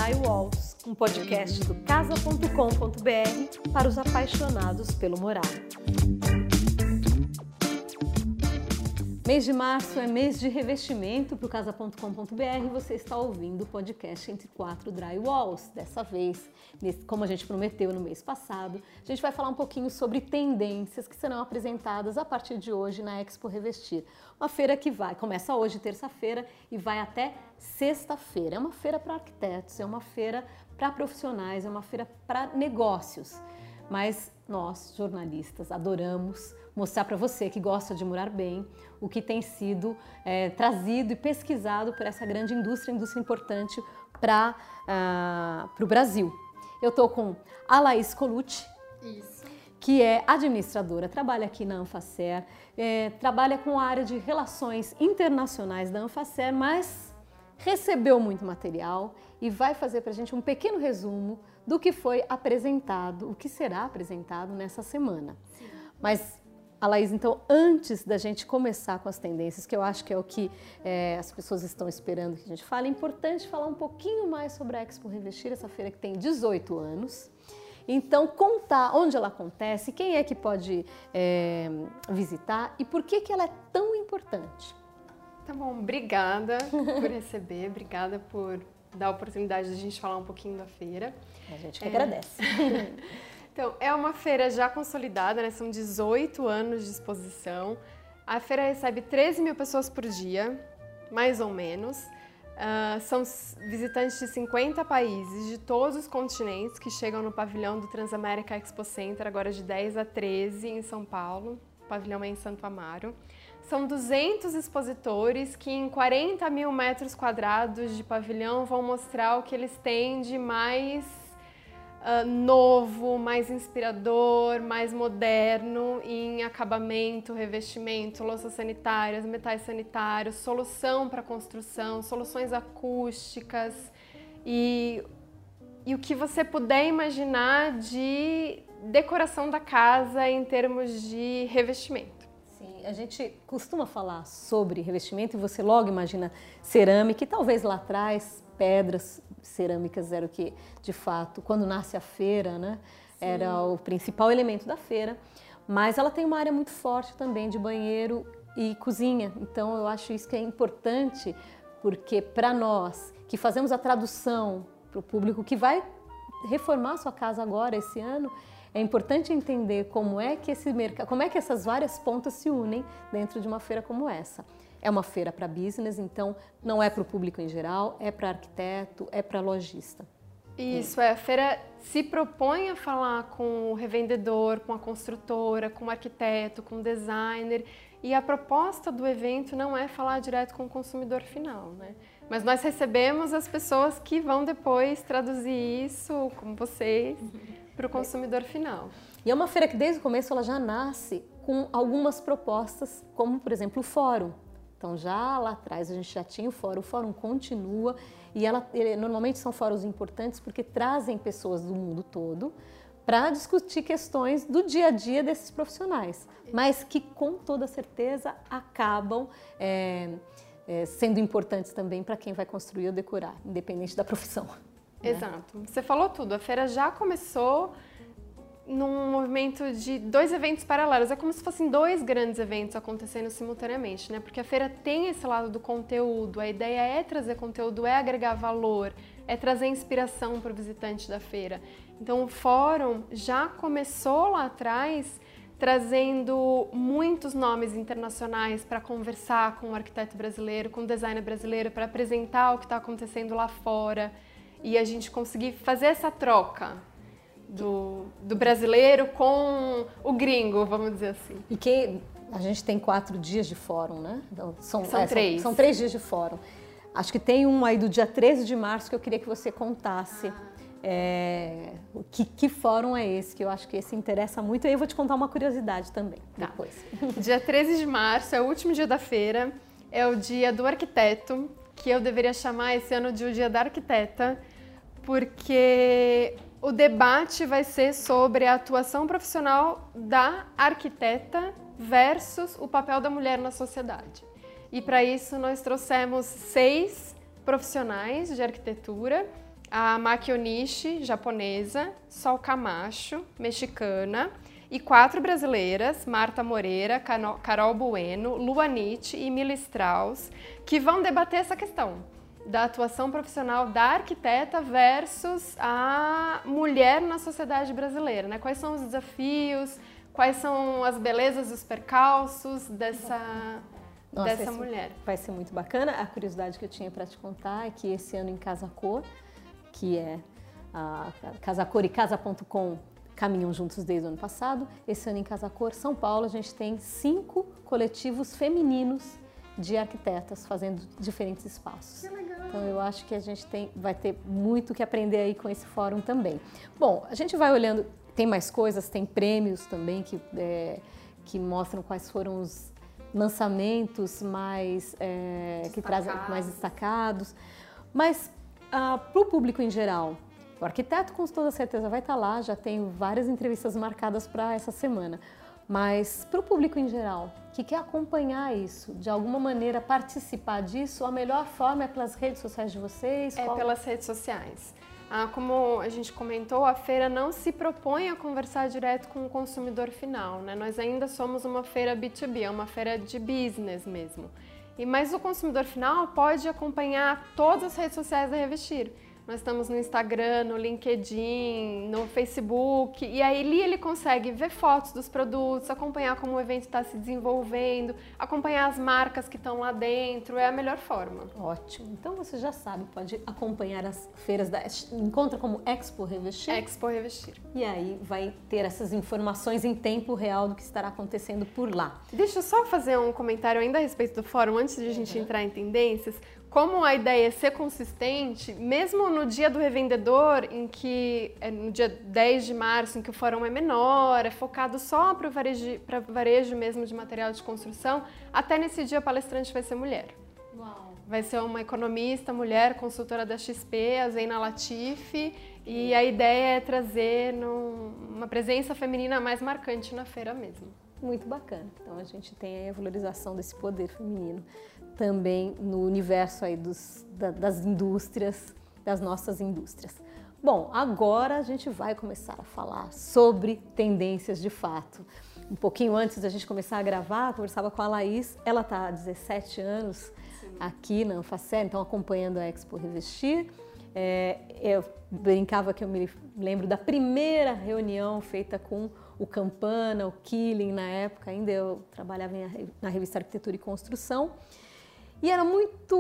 Drywalls, um podcast do casa.com.br para os apaixonados pelo morar. Mês de março é mês de revestimento para o casa.com.br e você está ouvindo o podcast Entre Quatro Drywalls. Dessa vez, como a gente prometeu no mês passado, a gente vai falar um pouquinho sobre tendências que serão apresentadas a partir de hoje na Expo Revestir. Uma feira que começa hoje, terça-feira, e vai até sexta-feira. É uma feira para arquitetos, é uma feira para profissionais, é uma feira para negócios. Mas nós, jornalistas, adoramos mostrar para você que gosta de morar bem o que tem sido trazido e pesquisado por essa grande indústria importante para o Brasil. Eu estou com a Laís Colucci, que é administradora, trabalha aqui na Anfacer, trabalha com a área de relações internacionais da Anfacer, mas recebeu muito material e vai fazer para a gente um pequeno resumo do que foi apresentado, o que será apresentado nessa semana. Sim. Mas, Laís, então, antes da gente começar com as tendências, que eu acho que é o que as pessoas estão esperando que a gente fale, é importante falar um pouquinho mais sobre a Expo Revestir, essa feira que tem 18 anos. Então, contar onde ela acontece, quem é que pode visitar e por que ela é tão importante. Tá bom, obrigada por receber, obrigada por dar a oportunidade de a gente falar um pouquinho da feira. A gente que agradece. Então, é uma feira já consolidada, né? São 18 anos de exposição. A feira recebe 13 mil pessoas por dia, mais ou menos. São visitantes de 50 países, de todos os continentes, que chegam no pavilhão do Transamérica Expo Center, agora de 10 a 13 em São Paulo. O pavilhão é em Santo Amaro. São 200 expositores que em 40 mil metros quadrados de pavilhão vão mostrar o que eles têm de mais novo, mais inspirador, mais moderno em acabamento, revestimento, louças sanitárias, metais sanitários, solução para construção, soluções acústicas e o que você puder imaginar de decoração da casa em termos de revestimento. A gente costuma falar sobre revestimento e você logo imagina cerâmica e talvez lá atrás pedras cerâmicas era o que, de fato, quando nasce a feira, né, era o principal elemento da feira, mas ela tem uma área muito forte também de banheiro e cozinha, então eu acho isso que é importante porque para nós que fazemos a tradução para o público que vai reformar sua casa agora esse ano, é importante entender como é que esse mercado, como é que essas várias pontas se unem dentro de uma feira como essa. É uma feira para business, então não é para o público em geral, é para arquiteto, é para lojista. Isso, a feira se propõe a falar com o revendedor, com a construtora, com o arquiteto, com o designer, e a proposta do evento não é falar direto com o consumidor final, né? Mas nós recebemos as pessoas que vão depois traduzir isso, como vocês, para o consumidor final. E é uma feira que desde o começo ela já nasce com algumas propostas, como por exemplo o fórum. Então já lá atrás a gente já tinha o fórum continua e normalmente são fóruns importantes porque trazem pessoas do mundo todo para discutir questões do dia a dia desses profissionais, mas que com toda certeza acabam sendo importantes também para quem vai construir ou decorar, independente da profissão. Exato. Você falou tudo. A feira já começou num movimento de 2 eventos paralelos. É como se fossem 2 grandes eventos acontecendo simultaneamente, né? Porque a feira tem esse lado do conteúdo. A ideia é trazer conteúdo, é agregar valor, é trazer inspiração para o visitante da feira. Então o fórum já começou lá atrás trazendo muitos nomes internacionais para conversar com o arquiteto brasileiro, com o designer brasileiro, para apresentar o que está acontecendo lá fora. E a gente conseguir fazer essa troca do brasileiro com o gringo, vamos dizer assim. E que a gente tem 4 dias de fórum, né? Então, são 3. São 3 dias de fórum. Acho que tem um aí do dia 13 de março que eu queria que você contasse. Que fórum é esse? Que eu acho que esse interessa muito. E aí eu vou te contar uma curiosidade também, depois. Dia 13 de março é o último dia da feira, é o dia do arquiteto, que eu deveria chamar esse ano de o dia da arquiteta, porque o debate vai ser sobre a atuação profissional da arquiteta versus o papel da mulher na sociedade. E para isso nós trouxemos 6 profissionais de arquitetura a Maki Onishi, japonesa, Sol Camacho, mexicana, e 4 brasileiras, Marta Moreira, Carol Bueno, Luanite e Mila Strauss, que vão debater essa questão da atuação profissional da arquiteta versus a mulher na sociedade brasileira, né? Quais são os desafios, quais são as belezas e os percalços dessa mulher. Vai ser muito bacana. A curiosidade que eu tinha para te contar é que esse ano em Casa Cor, que é a Casa Cor e Casa.com caminham juntos desde o ano passado, esse ano em Casa Cor, São Paulo, a gente tem 5 coletivos femininos de arquitetas fazendo diferentes espaços. Que legal. Então eu acho que a gente vai ter muito que aprender aí com esse fórum também. Bom, a gente vai olhando, tem mais coisas, tem prêmios também que mostram quais foram os lançamentos mais que trazem mais destacados, mas para o público em geral, o arquiteto com toda certeza vai estar lá, já tenho várias entrevistas marcadas para essa semana. Mas para o público em geral, que quer acompanhar isso, de alguma maneira participar disso, a melhor forma é pelas redes sociais de vocês? Pelas redes sociais. Como a gente comentou, a feira não se propõe a conversar direto com o consumidor final, né? Nós ainda somos uma feira B2B, é uma feira de business mesmo. Mas o consumidor final pode acompanhar todas as redes sociais da Revestir. Nós estamos no Instagram, no LinkedIn, no Facebook, e aí ali ele consegue ver fotos dos produtos, acompanhar como o evento está se desenvolvendo, acompanhar as marcas que estão lá dentro, é a melhor forma. Ótimo, então você já sabe, pode acompanhar as feiras encontra como Expo Revestir? Expo Revestir. E aí vai ter essas informações em tempo real do que estará acontecendo por lá. Deixa eu só fazer um comentário ainda a respeito do fórum, antes de a gente entrar em tendências. Como a ideia é ser consistente, mesmo no dia do revendedor, no dia 10 de março, em que o fórum é menor, é focado só para varejo mesmo de material de construção, até nesse dia a palestrante vai ser mulher. Uau. Vai ser uma economista, mulher, consultora da XP, a Zeina Latifi, e a ideia é trazer uma presença feminina mais marcante na feira mesmo. Muito bacana. Então a gente tem aí a valorização desse poder feminino também no universo aí das indústrias, das nossas indústrias. Bom, agora a gente vai começar a falar sobre tendências de fato. Um pouquinho antes da gente começar a gravar, eu conversava com a Laís, ela está há 17 anos aqui na Anfacer, então acompanhando a Expo Revestir. Eu brincava que eu me lembro da primeira reunião feita com o Campana, o Killing, na época ainda eu trabalhava na revista Arquitetura e Construção, e era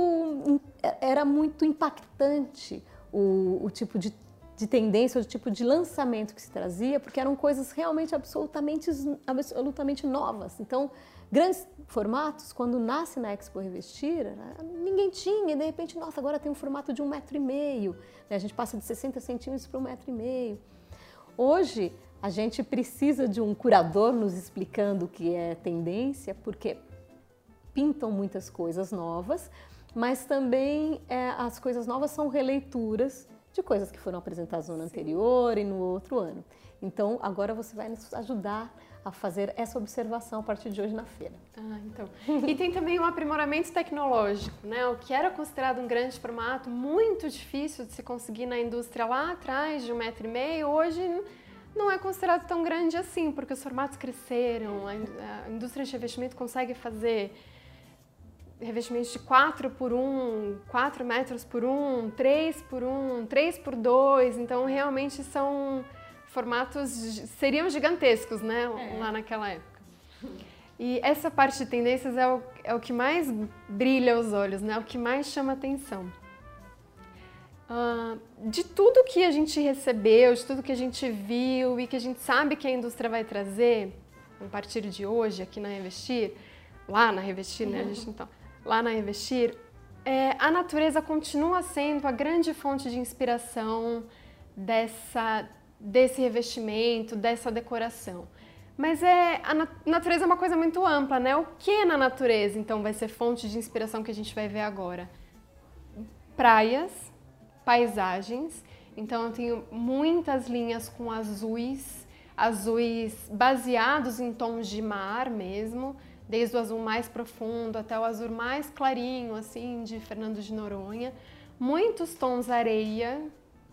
muito impactante o tipo de tendência, o tipo de lançamento que se trazia, porque eram coisas realmente absolutamente novas. Então, grandes formatos, quando nasce na Expo Revestir, ninguém tinha, e de repente, nossa, agora tem um formato de 1,5 m, né? A gente passa de 60 centímetros para 1,5 m. Hoje, a gente precisa de um curador nos explicando o que é tendência, porque pintam muitas coisas novas, mas também as coisas novas são releituras de coisas que foram apresentadas no ano anterior e no outro ano. Então, agora você vai nos ajudar a fazer essa observação a partir de hoje na feira. Então. E tem também um aprimoramento tecnológico, né? O que era considerado um grande formato, muito difícil de se conseguir na indústria lá atrás, de 1,5 m, hoje não é considerado tão grande assim, porque os formatos cresceram, a indústria de revestimento consegue fazer revestimentos de 4x1, 4 metros por 1, 3x1, 3x2, então realmente são formatos, seriam gigantescos, né, lá naquela época. E essa parte de tendências é o que mais brilha aos olhos, né, o que mais chama atenção. De tudo que a gente recebeu, de tudo que a gente viu e que a gente sabe que a indústria vai trazer, a partir de hoje, aqui na Revestir, lá na Revestir, né, lá na Revestir, a natureza continua sendo a grande fonte de inspiração desse revestimento, dessa decoração. Mas a natureza é uma coisa muito ampla, né? O que na natureza, então, vai ser fonte de inspiração que a gente vai ver agora? Praias, paisagens. Então, eu tenho muitas linhas com azuis baseados em tons de mar mesmo, desde o azul mais profundo até o azul mais clarinho, assim, de Fernando de Noronha. Muitos tons areia,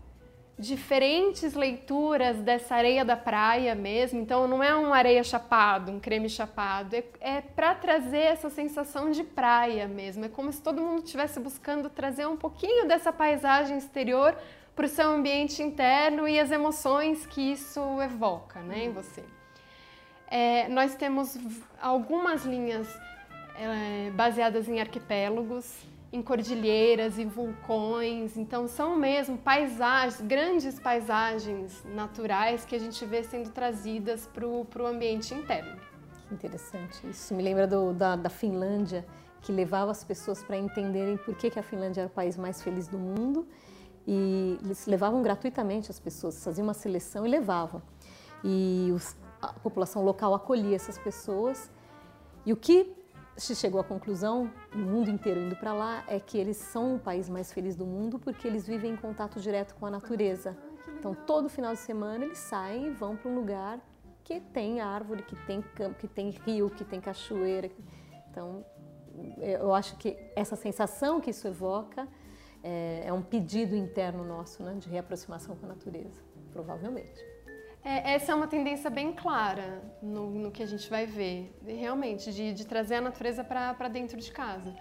diferentes leituras dessa areia da praia mesmo, então não é um areia chapado, um creme chapado, é para trazer essa sensação de praia mesmo, é como se todo mundo estivesse buscando trazer um pouquinho dessa paisagem exterior para o seu ambiente interno e as emoções que isso evoca, né, em você. Nós temos algumas linhas baseadas em arquipélagos, em cordilheiras e vulcões, então são mesmo paisagens, grandes paisagens naturais que a gente vê sendo trazidas para o ambiente interno. Que interessante, isso me lembra da Finlândia, que levava as pessoas para entenderem por que a Finlândia era o país mais feliz do mundo, e eles levavam gratuitamente as pessoas, faziam uma seleção e levavam. E a população local acolhia essas pessoas, e o que se chegou à conclusão, no mundo inteiro indo para lá, é que eles são o país mais feliz do mundo porque eles vivem em contato direto com a natureza. Então, todo final de semana eles saem e vão para um lugar que tem árvore, que tem campo, que tem rio, que tem cachoeira. Então, eu acho que essa sensação que isso evoca é um pedido interno nosso, né, de reaproximação com a natureza, provavelmente. Essa é uma tendência bem clara no que a gente vai ver, realmente, de trazer a natureza para dentro de casa.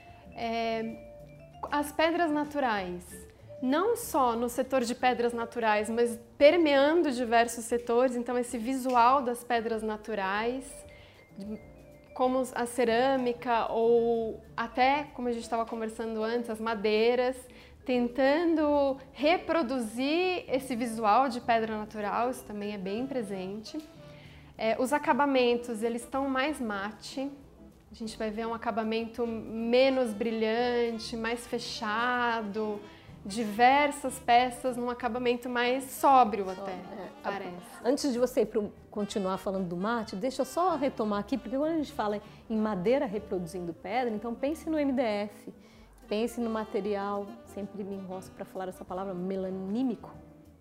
As pedras naturais, não só no setor de pedras naturais, mas permeando diversos setores, então esse visual das pedras naturais, como a cerâmica ou até, como a gente estava conversando antes, as madeiras, tentando reproduzir esse visual de pedra natural, isso também é bem presente. Os acabamentos, eles estão mais mate, a gente vai ver um acabamento menos brilhante, mais fechado, diversas peças num acabamento mais sóbrio até, parece. Antes de você continuar falando do mate, deixa eu só retomar aqui, porque quando a gente fala em madeira reproduzindo pedra, então pense no MDF. Pense no material, sempre me enrosco para falar essa palavra, melanímico,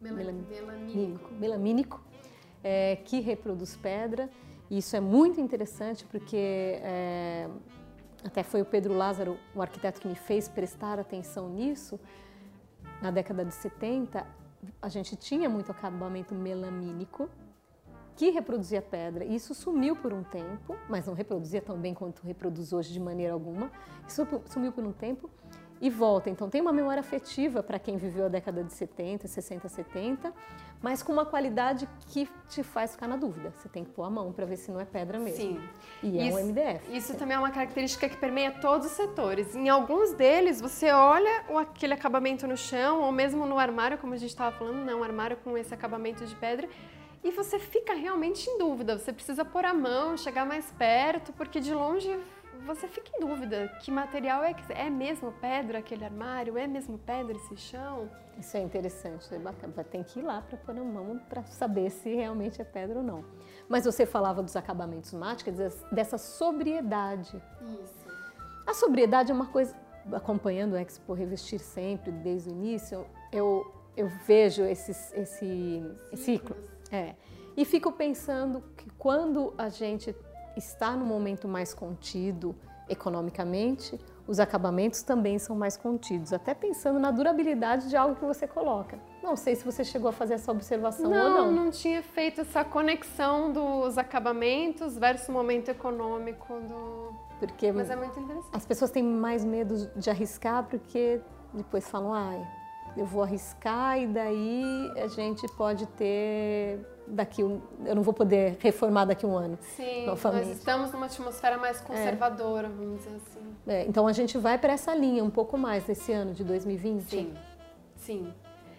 que reproduz pedra. E isso é muito interessante porque até foi o Pedro Lázaro, o arquiteto, que me fez prestar atenção nisso. Na década de 70, a gente tinha muito acabamento melamínico que reproduzia pedra. Isso sumiu por um tempo, mas não reproduzia tão bem quanto reproduz hoje de maneira alguma. Isso sumiu por um tempo e volta. Então tem uma memória afetiva para quem viveu a década de 70, 60, 70, mas com uma qualidade que te faz ficar na dúvida. Você tem que pôr a mão para ver se não é pedra mesmo. Sim. E é um MDF. Isso também é uma característica que permeia todos os setores. Em alguns deles, você olha aquele acabamento no chão, ou mesmo no armário, como a gente estava falando, um armário com esse acabamento de pedra, e você fica realmente em dúvida. Você precisa pôr a mão, chegar mais perto, porque de longe você fica em dúvida. Que material é mesmo pedra aquele armário? É mesmo pedra esse chão? Isso é interessante, é bacana. Tem que ir lá para pôr a mão para saber se realmente é pedra ou não. Mas você falava dos acabamentos mate, quer dizer, dessa sobriedade. Isso. A sobriedade é uma coisa, acompanhando o Expo Revestir sempre, desde o início, eu vejo esse ciclo. E fico pensando que quando a gente está num momento mais contido economicamente, os acabamentos também são mais contidos, até pensando na durabilidade de algo que você coloca. Não sei se você chegou a fazer essa observação ou não. Não tinha feito essa conexão dos acabamentos versus o momento econômico Mas é muito interessante. As pessoas têm mais medo de arriscar porque depois falam, eu vou arriscar e daí a gente pode ter eu não vou poder reformar daqui a um ano. Sim, nós estamos numa atmosfera mais conservadora, vamos dizer assim. Então a gente vai para essa linha um pouco mais nesse ano de 2020. Sim.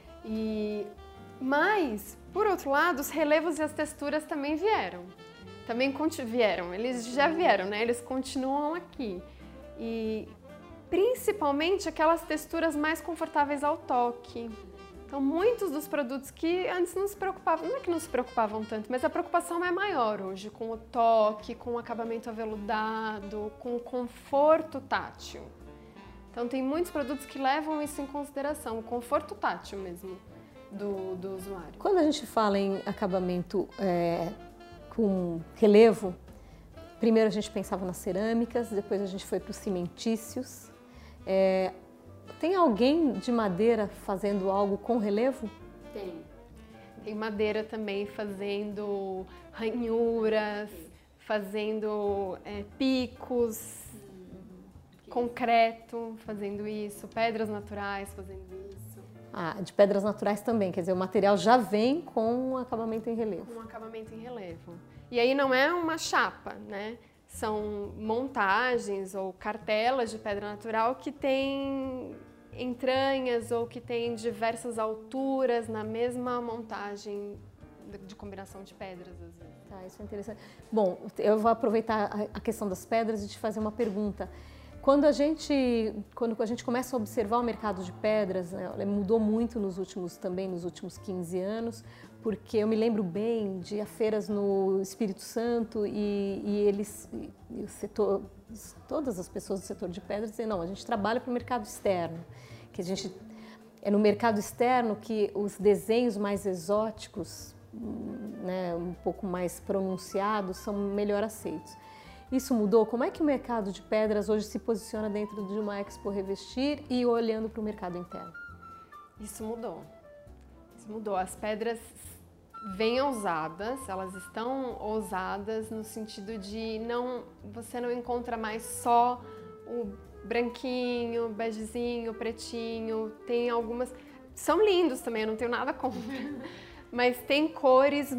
Mas, por outro lado, os relevos e as texturas também vieram. Eles já vieram, né? Eles continuam aqui. E principalmente aquelas texturas mais confortáveis ao toque. Então, muitos dos produtos que antes não se preocupavam, não é que não se preocupavam tanto, mas a preocupação é maior hoje, com o toque, com o acabamento aveludado, com o conforto tátil. Então, tem muitos produtos que levam isso em consideração, o conforto tátil mesmo do usuário. Quando a gente fala em acabamento com relevo, primeiro a gente pensava nas cerâmicas, depois a gente foi para os cimentícios. Tem alguém de madeira fazendo algo com relevo? Tem madeira também fazendo ranhuras, fazendo picos, concreto fazendo isso, pedras naturais fazendo isso. De pedras naturais também, quer dizer, o material já vem com um acabamento em relevo. Com um acabamento em relevo. E aí não é uma chapa, né? São montagens ou cartelas de pedra natural que tem entranhas ou que tem diversas alturas na mesma montagem de combinação de pedras, às vezes. Isso é interessante. Bom, eu vou aproveitar a questão das pedras e te fazer uma pergunta. Quando a gente começa a observar o mercado de pedras, né, mudou muito nos últimos 15 anos, porque eu me lembro bem de feiras no Espírito Santo e o setor, todas as pessoas do setor de pedras dizem, não, a gente trabalha para o mercado externo, que é no mercado externo que os desenhos mais exóticos, né, um pouco mais pronunciados, são melhor aceitos. Isso mudou? Como é que o mercado de pedras hoje se posiciona dentro de uma Expo Revestir e olhando para o mercado interno? Isso mudou. As pedras vêm ousadas, elas estão ousadas no sentido de você não encontra mais só o branquinho, begezinho, pretinho, tem algumas... São lindos também, eu não tenho nada contra, mas tem cores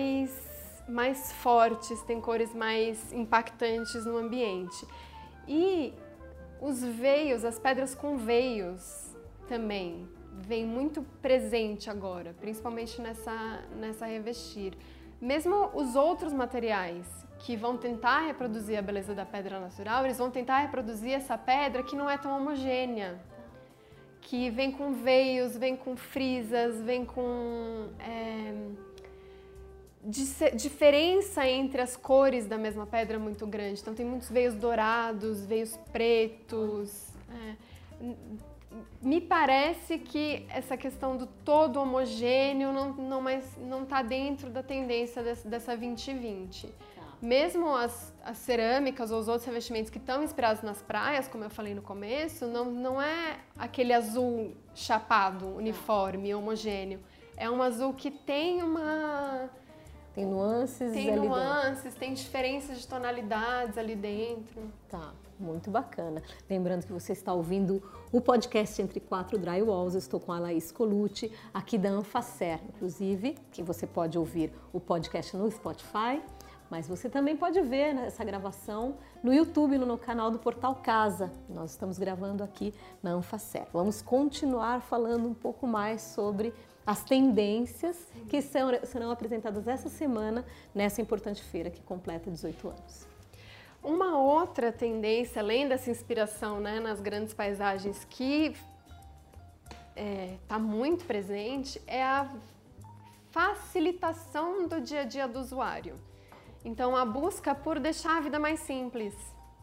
mais fortes, tem cores mais impactantes no ambiente. E os veios, as pedras com veios também vem muito presente agora, principalmente nessa Revestir. Mesmo os outros materiais que vão tentar reproduzir a beleza da pedra natural, eles vão tentar reproduzir essa pedra que não é tão homogênea, que vem com veios, vem com frisas, vem com diferença entre as cores da mesma pedra muito grande. Então tem muitos veios dourados, veios pretos. Me parece que essa questão do todo homogêneo não está dentro da tendência dessa 2020. Mesmo as cerâmicas ou os outros revestimentos que estão inspirados nas praias, como eu falei no começo, não é aquele azul chapado, uniforme, homogêneo. É um azul que tem Tem nuances ali dentro. Tem diferenças de tonalidades ali dentro. Tá, muito bacana. Lembrando que você está ouvindo o podcast Entre Quatro Drywalls. Eu estou com a Laís Colucci, aqui da Anfacer, inclusive, que você pode ouvir o podcast no Spotify, mas você também pode ver essa gravação no YouTube, no canal do Portal Casa. Nós estamos gravando aqui na Anfacer. Vamos continuar falando um pouco mais sobre as tendências que serão apresentadas essa semana nessa importante feira que completa 18 anos. Uma outra tendência, além dessa inspiração, né, nas grandes paisagens que está muito presente, é a facilitação do dia a dia do usuário. Então, a busca por deixar a vida mais simples.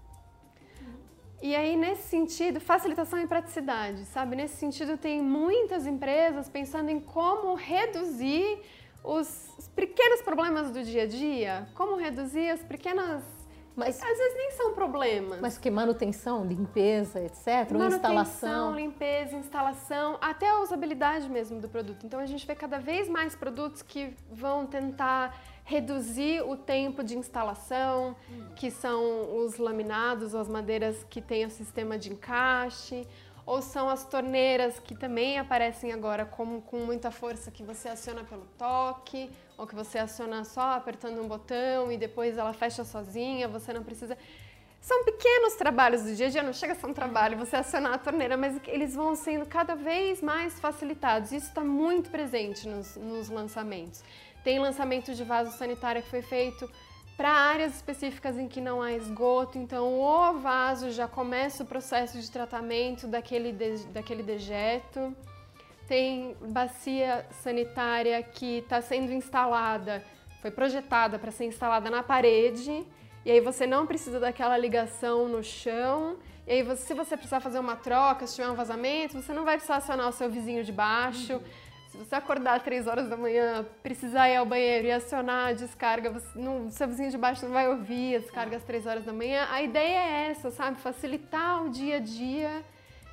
E aí, nesse sentido, facilitação e praticidade, sabe? Nesse sentido, tem muitas empresas pensando em como reduzir os pequenos problemas do dia a dia, como reduzir as pequenas... Mas às vezes nem são problemas. Mas que manutenção, limpeza, etc., ou instalação. Limpeza, instalação, até a usabilidade mesmo do produto. Então, a gente vê cada vez mais produtos que vão tentar reduzir o tempo de instalação, que são os laminados, ou as madeiras que têm o sistema de encaixe, ou são as torneiras que também aparecem agora com muita força, que você aciona pelo toque, ou que você aciona só apertando um botão e depois ela fecha sozinha, você não precisa... São pequenos trabalhos do dia a dia, não chega a ser um trabalho você acionar a torneira, mas eles vão sendo cada vez mais facilitados. Isso está muito presente nos lançamentos. Tem lançamento de vaso sanitário que foi feito para áreas específicas em que não há esgoto, então o vaso já começa o processo de tratamento daquele dejeto. Tem bacia sanitária que está sendo instalada, foi projetada para ser instalada na parede, e aí você não precisa daquela ligação no chão, e aí se você precisar fazer uma troca, se tiver um vazamento, você não vai precisar acionar o seu vizinho de baixo. Se você acordar às 3 horas da manhã, precisar ir ao banheiro e acionar a descarga, o seu vizinho de baixo não vai ouvir a descarga às 3 horas da manhã. A ideia é essa, sabe? Facilitar o dia a dia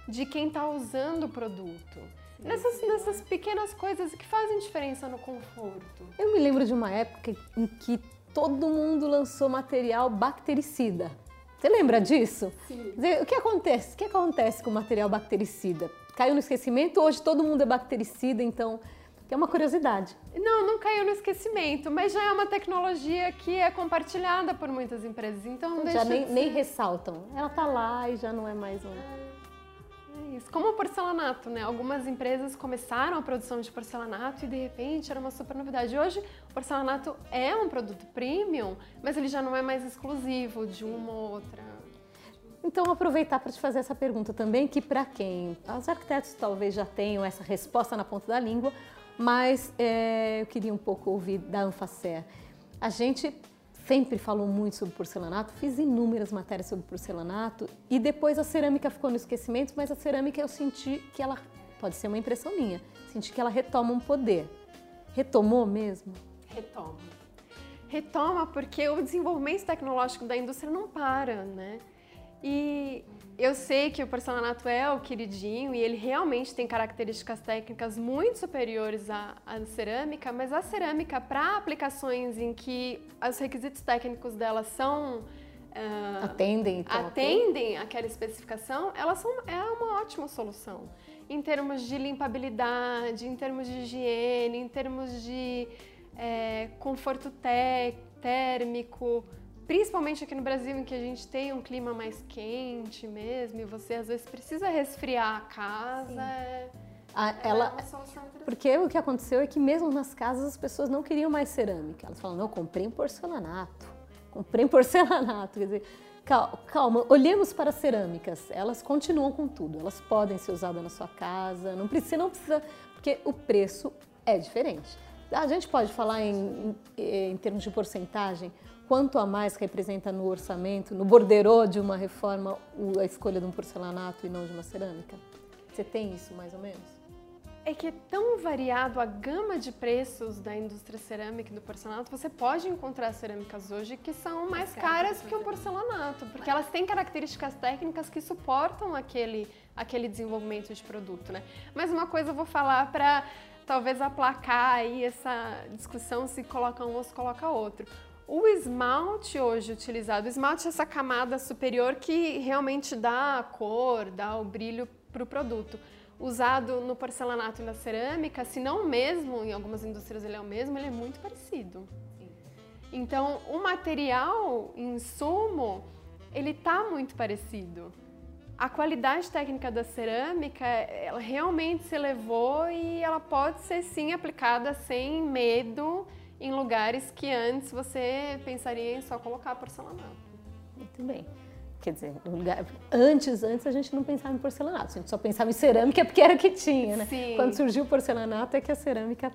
de quem está usando o produto. Nessas pequenas coisas que fazem diferença no conforto. Eu me lembro de uma época em que todo mundo lançou material bactericida. Você lembra disso? Sim. O que acontece? O que acontece com o material bactericida? Caiu no esquecimento? Hoje todo mundo é bactericida, então é uma curiosidade. Não caiu no esquecimento, mas já é uma tecnologia que é compartilhada por muitas empresas, então já nem ressaltam. Ela tá lá e já não é mais um... É isso. Como o porcelanato, né? Algumas empresas começaram a produção de porcelanato e de repente era uma super novidade. Hoje o porcelanato é um produto premium, mas ele já não é mais exclusivo de uma ou outra. Então, aproveitar para te fazer essa pergunta também, que para quem... Os arquitetos talvez já tenham essa resposta na ponta da língua, mas eu queria um pouco ouvir da Anfacer. A gente sempre falou muito sobre porcelanato, fiz inúmeras matérias sobre porcelanato e depois a cerâmica ficou no esquecimento, mas a cerâmica eu senti que ela, pode ser uma impressão minha, senti que ela retoma um poder. Retomou mesmo? Retoma. Retoma porque o desenvolvimento tecnológico da indústria não para, né? E eu sei que o porcelanato é o queridinho e ele realmente tem características técnicas muito superiores à cerâmica, mas a cerâmica, para aplicações em que os requisitos técnicos dela são... atendem àquela especificação, é uma ótima solução. Em termos de limpabilidade, em termos de higiene, em termos de conforto térmico, principalmente aqui no Brasil, em que a gente tem um clima mais quente mesmo, e você às vezes precisa resfriar a casa. É uma solução interessante. Porque o que aconteceu é que mesmo nas casas as pessoas não queriam mais cerâmica. Elas falam, não, comprei um porcelanato. Quer dizer, calma, olhemos para as cerâmicas. Elas continuam com tudo, elas podem ser usadas na sua casa, não precisa, porque o preço é diferente. A gente pode falar em termos de porcentagem, quanto a mais representa no orçamento, no borderô de uma reforma, a escolha de um porcelanato e não de uma cerâmica? Você tem isso mais ou menos? É que é tão variado a gama de preços da indústria cerâmica e do porcelanato, você pode encontrar cerâmicas hoje que são mais caras que o porcelanato, porque elas têm características técnicas que suportam aquele desenvolvimento de produto, né? Mas uma coisa eu vou falar para talvez aplacar aí essa discussão se coloca um ou se coloca outro. O esmalte hoje utilizado, o esmalte é essa camada superior que realmente dá a cor, dá o brilho para o produto. Usado no porcelanato e na cerâmica, se não o mesmo, em algumas indústrias ele é o mesmo, ele é muito parecido. Sim. Então, o material, insumo, ele está muito parecido. A qualidade técnica da cerâmica, ela realmente se elevou e ela pode ser sim aplicada sem medo em lugares que antes você pensaria em só colocar porcelanato. Muito bem. Quer dizer, antes a gente não pensava em porcelanato, a gente só pensava em cerâmica porque era o que tinha, né? Sim. Quando surgiu o porcelanato é que a cerâmica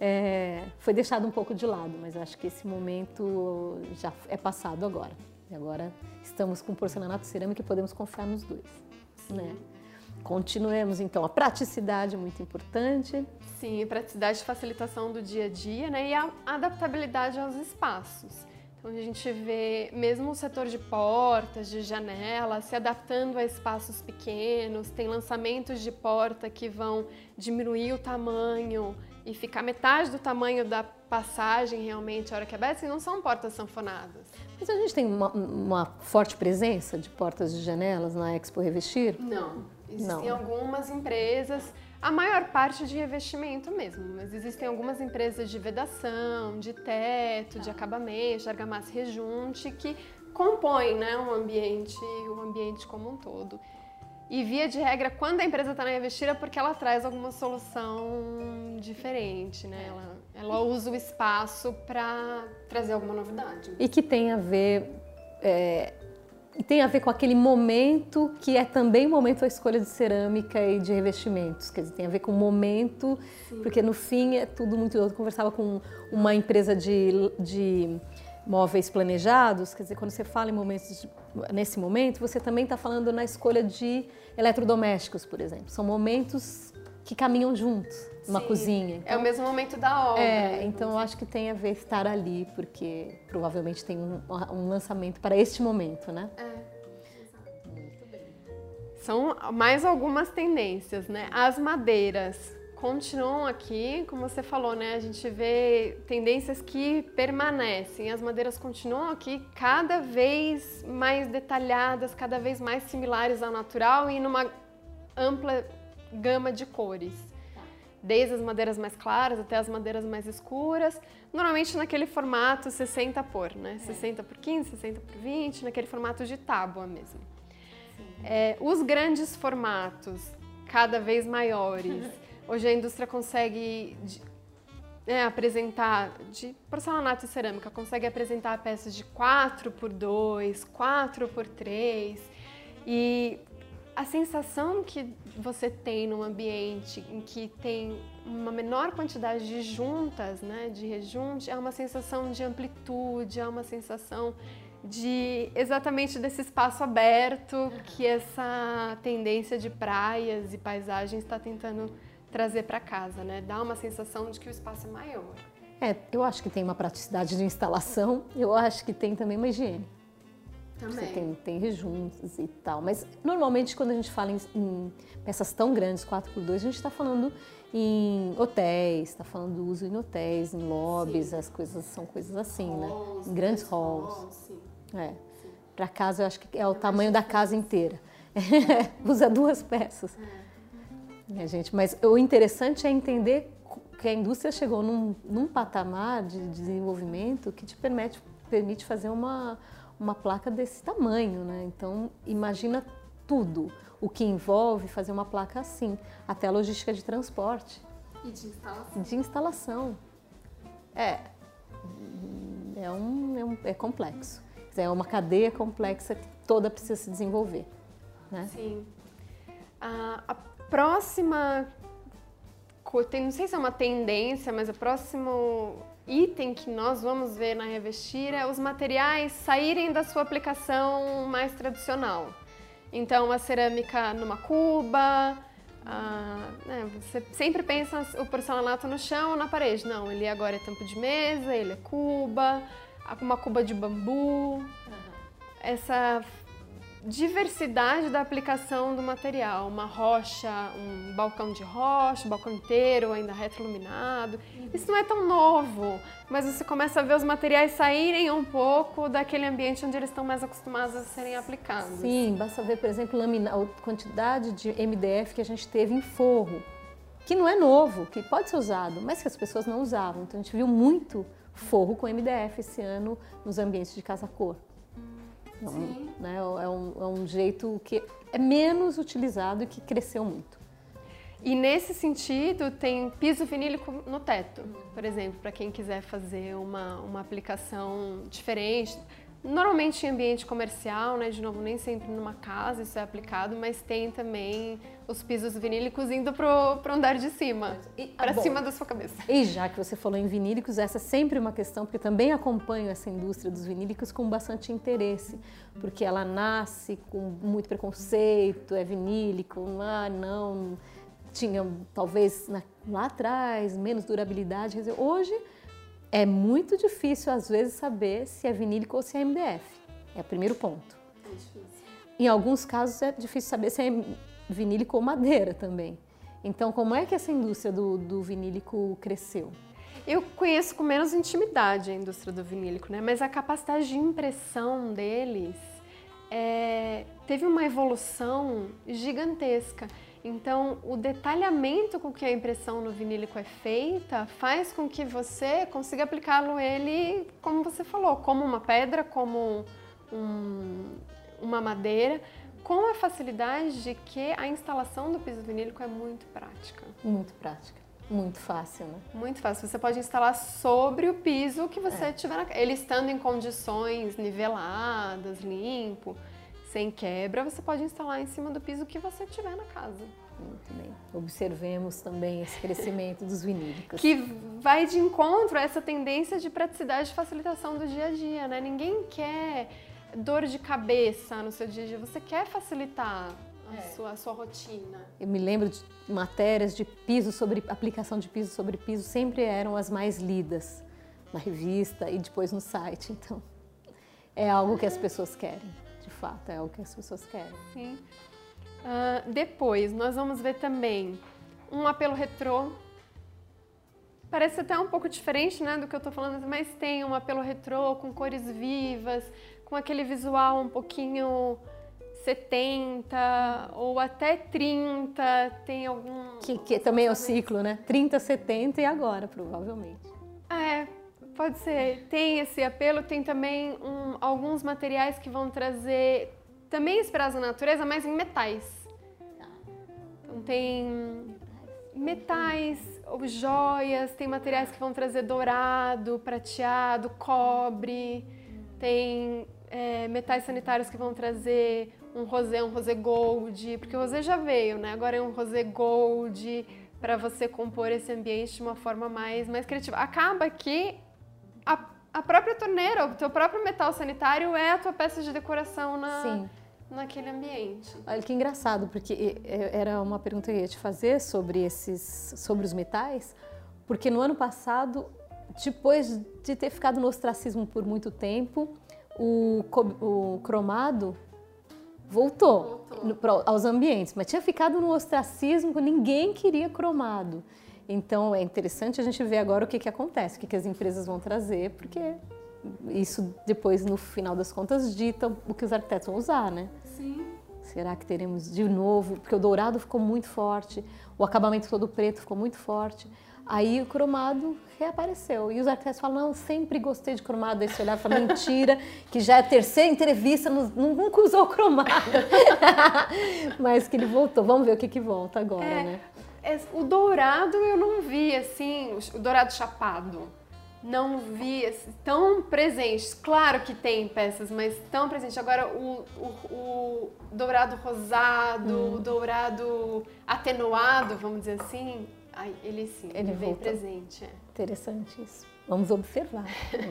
foi deixada um pouco de lado, mas acho que esse momento já é passado agora. E agora estamos com porcelanato e cerâmica e podemos confiar nos dois, né? Continuemos então, a praticidade é muito importante. Sim, a praticidade e facilitação do dia a dia, né? E a adaptabilidade aos espaços. Então a gente vê mesmo o setor de portas, de janelas, se adaptando a espaços pequenos, tem lançamentos de porta que vão diminuir o tamanho e ficar metade do tamanho da passagem realmente a hora que é aberta, e não são portas sanfonadas. Mas a gente tem uma forte presença de portas e janelas na Expo Revestir? Não. Existem algumas empresas, a maior parte de revestimento mesmo, mas existem algumas empresas de vedação, de teto, de acabamento, de argamassa e rejunte, que compõem, né, o ambiente como um todo. E via de regra, quando a empresa está na revestir é porque ela traz alguma solução diferente, né? Ela usa o espaço para trazer alguma novidade. E que tem a ver... tem a ver com aquele momento que é também o momento da escolha de cerâmica e de revestimentos. Quer dizer, tem a ver com o momento, sim, porque no fim é tudo muito... Eu conversava com uma empresa de móveis planejados, quer dizer, quando você fala em momentos, nesse momento, você também está falando na escolha de eletrodomésticos, por exemplo. São momentos que caminham juntos, numa cozinha. Então, é o mesmo momento da obra. Então eu acho que tem a ver estar ali, porque provavelmente tem um lançamento para este momento, né? Exato. Muito bem. São mais algumas tendências, né? As madeiras continuam aqui, como você falou, né? A gente vê tendências que permanecem. As madeiras continuam aqui cada vez mais detalhadas, cada vez mais similares ao natural e numa ampla gama de cores. Desde as madeiras mais claras até as madeiras mais escuras, normalmente naquele formato 60 por, né? 60 por 15, 60 por 20, naquele formato de tábua mesmo. Os grandes formatos, cada vez maiores, hoje a indústria consegue apresentar, de porcelanato e cerâmica, consegue apresentar peças de 4 por 2, 4 por 3 e a sensação que você tem num ambiente em que tem uma menor quantidade de juntas, né, de rejunte, é uma sensação de amplitude, é uma sensação de exatamente desse espaço aberto que essa tendência de praias e paisagens está tentando trazer para casa, né? Dá uma sensação de que o espaço é maior. Eu acho que tem uma praticidade de instalação, eu acho que tem também uma higiene. Também. Você tem rejuntos e tal, mas normalmente quando a gente fala em peças tão grandes, 4x2, a gente está falando em hotéis, está falando do uso em hotéis, em lobbies, as coisas são coisas assim, halls, né? Em grandes halls. Para casa eu acho que é o tamanho da casa inteira. Usa 2 peças. Gente, mas o interessante é entender que a indústria chegou num patamar de desenvolvimento que te permite fazer uma placa desse tamanho, né? Então, imagina tudo o que envolve fazer uma placa assim, até a logística de transporte. E de instalação. De instalação. É complexo. É uma cadeia complexa que toda precisa se desenvolver, né? Sim. A próxima, não sei se é uma tendência, mas o próximo item que nós vamos ver na Revestir é os materiais saírem da sua aplicação mais tradicional. Então, a cerâmica numa cuba, você sempre pensa o porcelanato no chão ou na parede. Não, ele agora é tampo de mesa, ele é cuba, uma cuba de bambu. Essa diversidade da aplicação do material, uma rocha, um balcão de rocha, balcão inteiro, ainda retroiluminado. Isso não é tão novo, mas você começa a ver os materiais saírem um pouco daquele ambiente onde eles estão mais acostumados a serem aplicados. Sim, basta ver, por exemplo, a quantidade de MDF que a gente teve em forro, que não é novo, que pode ser usado, mas que as pessoas não usavam. Então a gente viu muito forro com MDF esse ano nos ambientes de casa-cor. Né? É um jeito que é menos utilizado e que cresceu muito. E nesse sentido, tem piso vinílico no teto, por exemplo, para quem quiser fazer uma aplicação diferente. Normalmente em ambiente comercial, né? De novo, nem sempre numa casa isso é aplicado, mas tem também os pisos vinílicos indo pro andar de cima, para cima da sua cabeça. E já que você falou em vinílicos, essa é sempre uma questão, porque eu também acompanho essa indústria dos vinílicos com bastante interesse, porque ela nasce com muito preconceito, é vinílico, não, tinha talvez lá atrás menos durabilidade. Quer dizer, hoje é muito difícil, às vezes, saber se é vinílico ou se é MDF. É o primeiro ponto. É difícil. Em alguns casos é difícil saber se é vinílico ou madeira também. Então, como é que essa indústria do vinílico cresceu? Eu conheço com menos intimidade a indústria do vinílico, né? Mas a capacidade de impressão deles teve uma evolução gigantesca. Então, o detalhamento com que a impressão no vinílico é feita faz com que você consiga aplicá-lo ele, como você falou, como uma pedra, como uma madeira, com a facilidade de que a instalação do piso vinílico é muito prática. Muito prática. Muito fácil, né? Muito fácil. Você pode instalar sobre o piso que você tiver na casa. Ele estando em condições niveladas, limpo, sem quebra, você pode instalar em cima do piso que você tiver na casa. Muito bem. Observemos também esse crescimento dos vinílicos. Que vai de encontro a essa tendência de praticidade e facilitação do dia a dia, né? Ninguém quer dor de cabeça no seu dia a dia, você quer facilitar a sua rotina. Eu me lembro de matérias de piso aplicação de piso sobre piso, sempre eram as mais lidas na revista e depois no site. Então, é algo que as pessoas querem, de fato, é algo que as pessoas querem. Sim. Depois, nós vamos ver também um apelo retrô. Parece até um pouco diferente, né, do que eu tô falando, mas tem um apelo retrô com cores vivas, com aquele visual um pouquinho 70 ou até 30, tem algum... Que também é o ciclo, né? 30, 70 e agora, provavelmente. Pode ser. Tem esse apelo, tem também alguns materiais que vão trazer, também inspirados na natureza, mas em metais. Então tem metais ou joias, tem materiais que vão trazer dourado, prateado, cobre, tem metais sanitários que vão trazer um rosé gold, porque o rosé já veio, né? Agora é um rosé gold para você compor esse ambiente de uma forma mais criativa. Acaba que a própria torneira, o teu próprio metal sanitário é a tua peça de decoração naquele ambiente. Olha que engraçado, porque era uma pergunta que eu ia te fazer sobre os metais, porque no ano passado, depois de ter ficado no ostracismo por muito tempo, o cromado voltou aos ambientes, mas tinha ficado no ostracismo, ninguém queria cromado. Então é interessante a gente ver agora o que acontece, o que as empresas vão trazer, porque isso depois, no final das contas, dita o que os arquitetos vão usar, né? Sim. Será que teremos de novo? Porque o dourado ficou muito forte, o acabamento todo preto ficou muito forte. Aí o cromado reapareceu. E os arquitetos falam, não, eu sempre gostei de cromado. Aí você olhava e fala, mentira, que já é a terceira entrevista, nunca usou o cromado. Mas que ele voltou. Vamos ver o que volta agora, né? O dourado eu não vi, assim, o dourado chapado. Não vi assim, tão presente. Claro que tem peças, mas tão presente. Agora, o dourado rosado, o dourado atenuado, vamos dizer assim, ele sim, ele vem presente. Interessante isso. Vamos observar.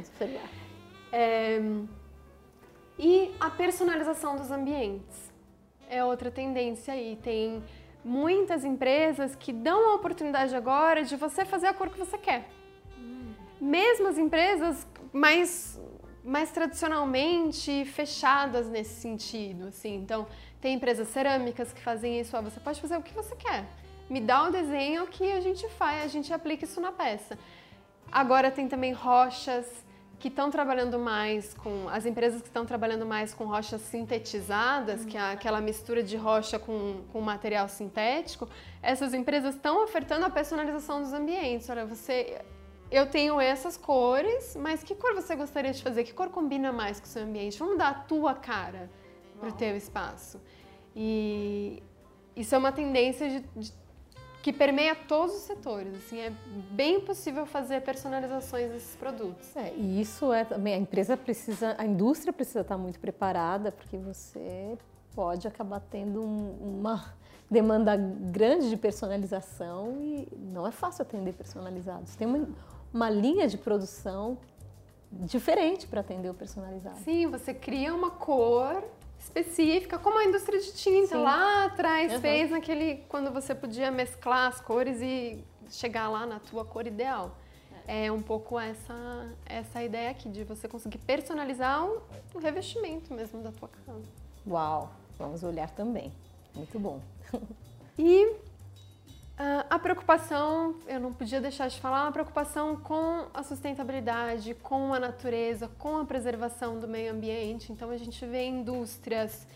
E a personalização dos ambientes é outra tendência aí. Tem muitas empresas que dão a oportunidade agora de você fazer a cor que você quer. Mesmo as empresas mais tradicionalmente fechadas nesse sentido, assim. Então, tem empresas cerâmicas que fazem isso, você pode fazer o que você quer. Me dá o desenho que a gente faz, a gente aplica isso na peça. Agora tem também rochas que estão trabalhando mais as empresas que estão trabalhando mais com rochas sintetizadas, que é aquela mistura de rocha com material sintético. Essas empresas estão ofertando a personalização dos ambientes. Olha, eu tenho essas cores, mas que cor você gostaria de fazer? Que cor combina mais com o seu ambiente? Vamos dar a tua cara para o teu espaço. E isso é uma tendência que permeia todos os setores. Assim, é bem possível fazer personalizações desses produtos. E isso também, a indústria precisa estar muito preparada, porque você pode acabar tendo uma demanda grande de personalização e não é fácil atender personalizados. Tem uma linha de produção diferente para atender o personalizado. Sim, você cria uma cor específica, como a indústria de tinta lá atrás fez quando você podia mesclar as cores e chegar lá na tua cor ideal. É um pouco essa ideia aqui, de você conseguir personalizar o revestimento mesmo da tua casa. Uau, vamos olhar também. Muito bom. E a preocupação, eu não podia deixar de falar, a preocupação com a sustentabilidade, com a natureza, com a preservação do meio ambiente. Então a gente vê indústrias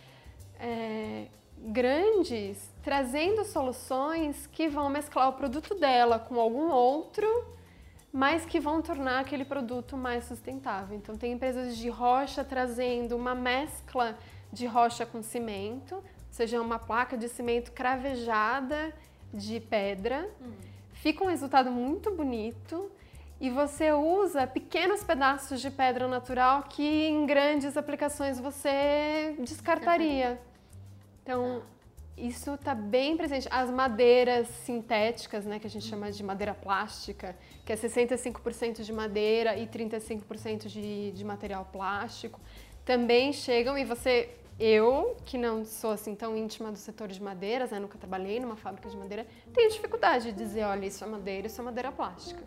grandes trazendo soluções que vão mesclar o produto dela com algum outro, mas que vão tornar aquele produto mais sustentável. Então tem empresas de rocha trazendo uma mescla de rocha com cimento, ou seja, uma placa de cimento cravejada de pedra, fica um resultado muito bonito e você usa pequenos pedaços de pedra natural que em grandes aplicações você descartaria. Então, isso está bem presente. As madeiras sintéticas, né, que a gente chama de madeira plástica, que é 65% de madeira e 35% de material plástico, também chegam e eu, que não sou assim tão íntima do setor de madeiras, né, nunca trabalhei numa fábrica de madeira, tenho dificuldade de dizer, olha, isso é madeira plástica.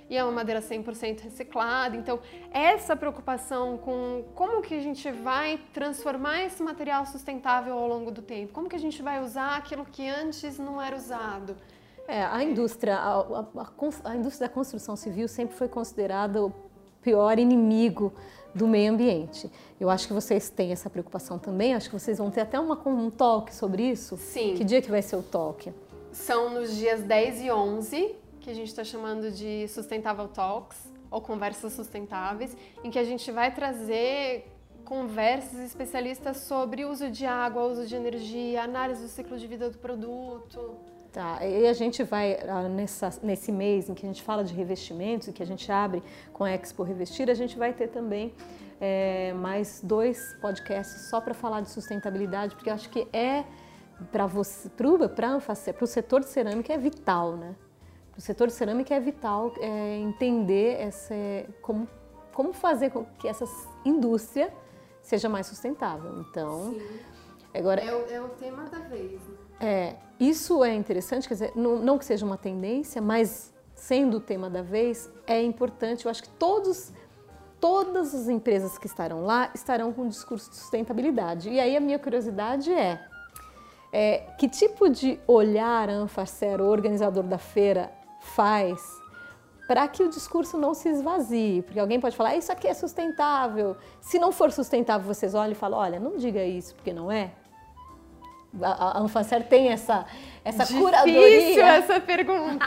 e é uma madeira 100% reciclada. Então, essa preocupação com como que a gente vai transformar esse material sustentável ao longo do tempo, como que a gente vai usar aquilo que antes não era usado. A indústria da construção civil sempre foi considerada o pior inimigo do meio ambiente. Eu acho que vocês têm essa preocupação também, acho que vocês vão ter até um talk sobre isso. Sim. Que dia que vai ser o talk? São nos dias 10 e 11, que a gente está chamando de Sustainable Talks, ou Conversas Sustentáveis, em que a gente vai trazer conversas especialistas sobre uso de água, uso de energia, análise do ciclo de vida do produto. Tá, e a gente vai, nesse mês em que a gente fala de revestimentos e que a gente abre com a Expo Revestir, a gente vai ter também mais 2 podcasts só para falar de sustentabilidade, porque eu acho que para a Anfacer, para o setor de cerâmica é vital, né? Para o setor de cerâmica é vital entender como fazer com que essa indústria seja mais sustentável. Então, sim. Agora, é o tema da vez, né? Isso é interessante, quer dizer, não que seja uma tendência, mas sendo o tema da vez, é importante. Eu acho que todas as empresas que estarão lá estarão com um discurso de sustentabilidade. E aí a minha curiosidade que tipo de olhar a Anfacer, o organizador da feira, faz para que o discurso não se esvazie? Porque alguém pode falar, isso aqui é sustentável. Se não for sustentável, vocês olham e falam, olha, não diga isso, porque não é. A Anfacer tem essa curadoria. Difícil essa pergunta.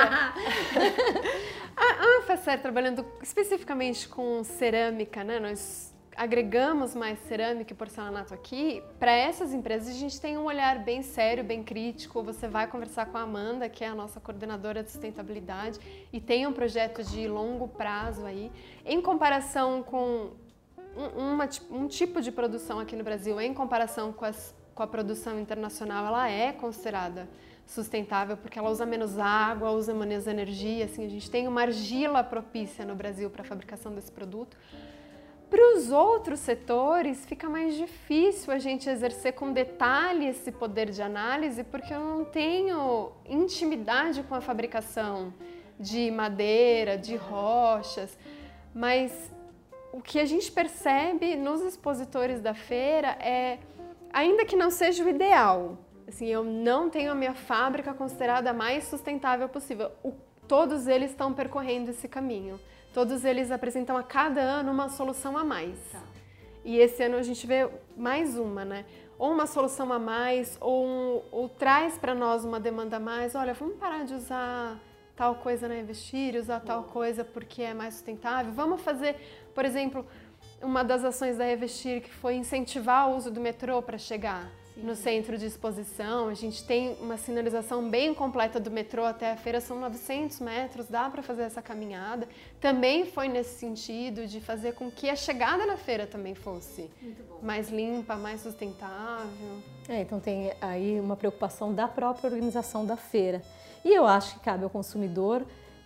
A Anfacer, trabalhando especificamente com cerâmica, né? Nós agregamos mais cerâmica e porcelanato aqui. Para essas empresas, a gente tem um olhar bem sério, bem crítico. Você vai conversar com a Amanda, que é a nossa coordenadora de sustentabilidade, e tem um projeto de longo prazo aí. Em comparação com um tipo de produção aqui no Brasil, em comparação com a produção internacional, ela é considerada sustentável porque ela usa menos água, usa menos energia. Assim, a gente tem uma argila propícia no Brasil para a fabricação desse produto. Para os outros setores, fica mais difícil a gente exercer com detalhe esse poder de análise, porque eu não tenho intimidade com a fabricação de madeira, de rochas, mas o que a gente percebe nos expositores da feira ainda que não seja o ideal, assim, eu não tenho a minha fábrica considerada a mais sustentável possível. Todos eles estão percorrendo esse caminho. Todos eles apresentam a cada ano uma solução a mais. Tá. E esse ano a gente vê mais uma, né? Ou uma solução a mais, ou traz para nós uma demanda a mais. Olha, vamos parar de usar tal coisa na Revestir, usar tal coisa porque é mais sustentável. Vamos fazer, por exemplo, uma das ações da Revestir que foi incentivar o uso do metrô para chegar no centro de exposição. A gente tem uma sinalização bem completa do metrô até a feira, são 900 metros, dá para fazer essa caminhada. Também foi nesse sentido de fazer com que a chegada na feira também fosse mais limpa, mais sustentável. Então tem aí uma preocupação da própria organização da feira. E eu acho que cabe ao consumidor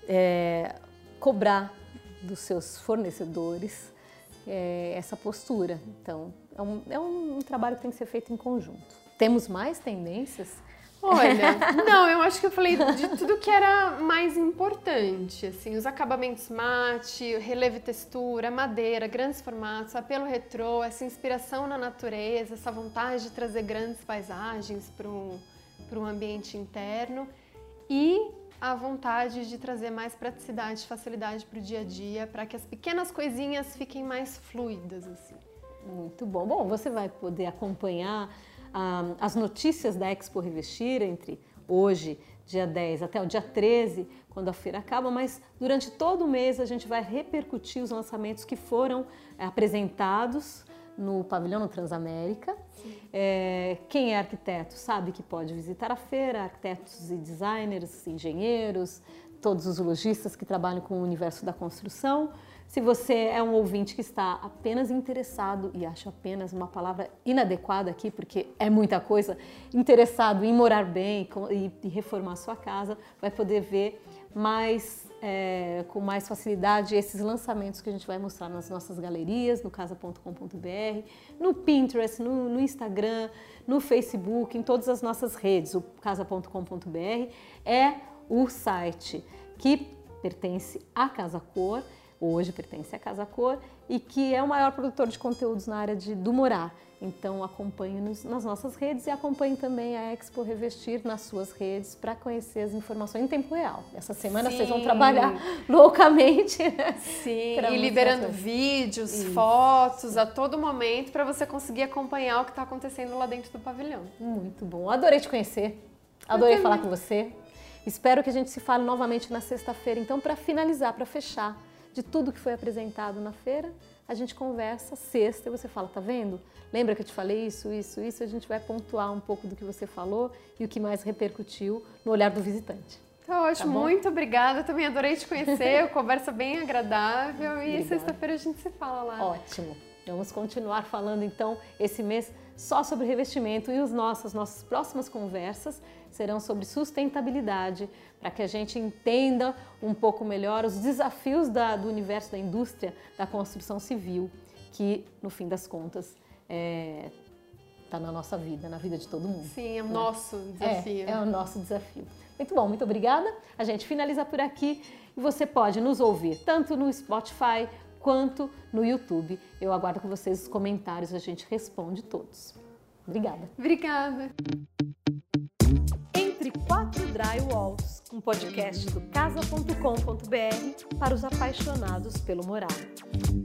cobrar dos seus fornecedores essa postura. Então, é um trabalho que tem que ser feito em conjunto. Temos mais tendências? Olha, não, eu acho que eu falei de tudo que era mais importante, assim, os acabamentos mate, relevo e textura, madeira, grandes formatos, apelo retrô, essa inspiração na natureza, essa vontade de trazer grandes paisagens para um ambiente interno e a vontade de trazer mais praticidade, facilidade para o dia a dia, para que as pequenas coisinhas fiquem mais fluidas, assim. Muito bom. Bom, você vai poder acompanhar as notícias da Expo Revestir entre hoje, dia 10, até o dia 13, quando a feira acaba, mas durante todo o mês a gente vai repercutir os lançamentos que foram apresentados no pavilhão no Transamérica. Quem é arquiteto sabe que pode visitar a feira, arquitetos e designers, engenheiros, todos os lojistas que trabalham com o universo da construção. Se você é um ouvinte que está apenas interessado, e acho apenas uma palavra inadequada aqui, porque é muita coisa, interessado em morar bem e reformar sua casa, vai poder ver com mais facilidade esses lançamentos que a gente vai mostrar nas nossas galerias, no casa.com.br, no Pinterest, no Instagram, no Facebook, em todas as nossas redes. O casa.com.br é o site que pertence à Casa Cor, hoje pertence à Casa Cor, e que é o maior produtor de conteúdos na área do morar. Então acompanhe-nos nas nossas redes e acompanhe também a Expo Revestir nas suas redes para conhecer as informações em tempo real. Essa semana vocês vão trabalhar loucamente, né? Sim, e liberando vídeos, fotos a todo momento para você conseguir acompanhar o que está acontecendo lá dentro do pavilhão. Muito bom, adorei te conhecer, adorei falar com você. Espero que a gente se fale novamente na sexta-feira, então, para finalizar, para fechar de tudo que foi apresentado na feira, a gente conversa sexta e você fala, tá vendo? Lembra que eu te falei isso, a gente vai pontuar um pouco do que você falou e o que mais repercutiu no olhar do visitante. Tá ótimo, muito obrigada, eu também adorei te conhecer, conversa bem agradável e sexta-feira a gente se fala lá. Ótimo, vamos continuar falando então esse mês só sobre revestimento e nossas próximas conversas serão sobre sustentabilidade, para que a gente entenda um pouco melhor os desafios do universo da indústria da construção civil, que no fim das contas está na nossa vida, na vida de todo mundo. Sim, é o nosso desafio. É o nosso desafio. Muito bom, muito obrigada. A gente finaliza por aqui e você pode nos ouvir tanto no Spotify quanto no YouTube. Eu aguardo com vocês os comentários, a gente responde todos. Obrigada. Obrigada. Entre Quatro Drywalls, um podcast do casa.com.br para os apaixonados pelo morar.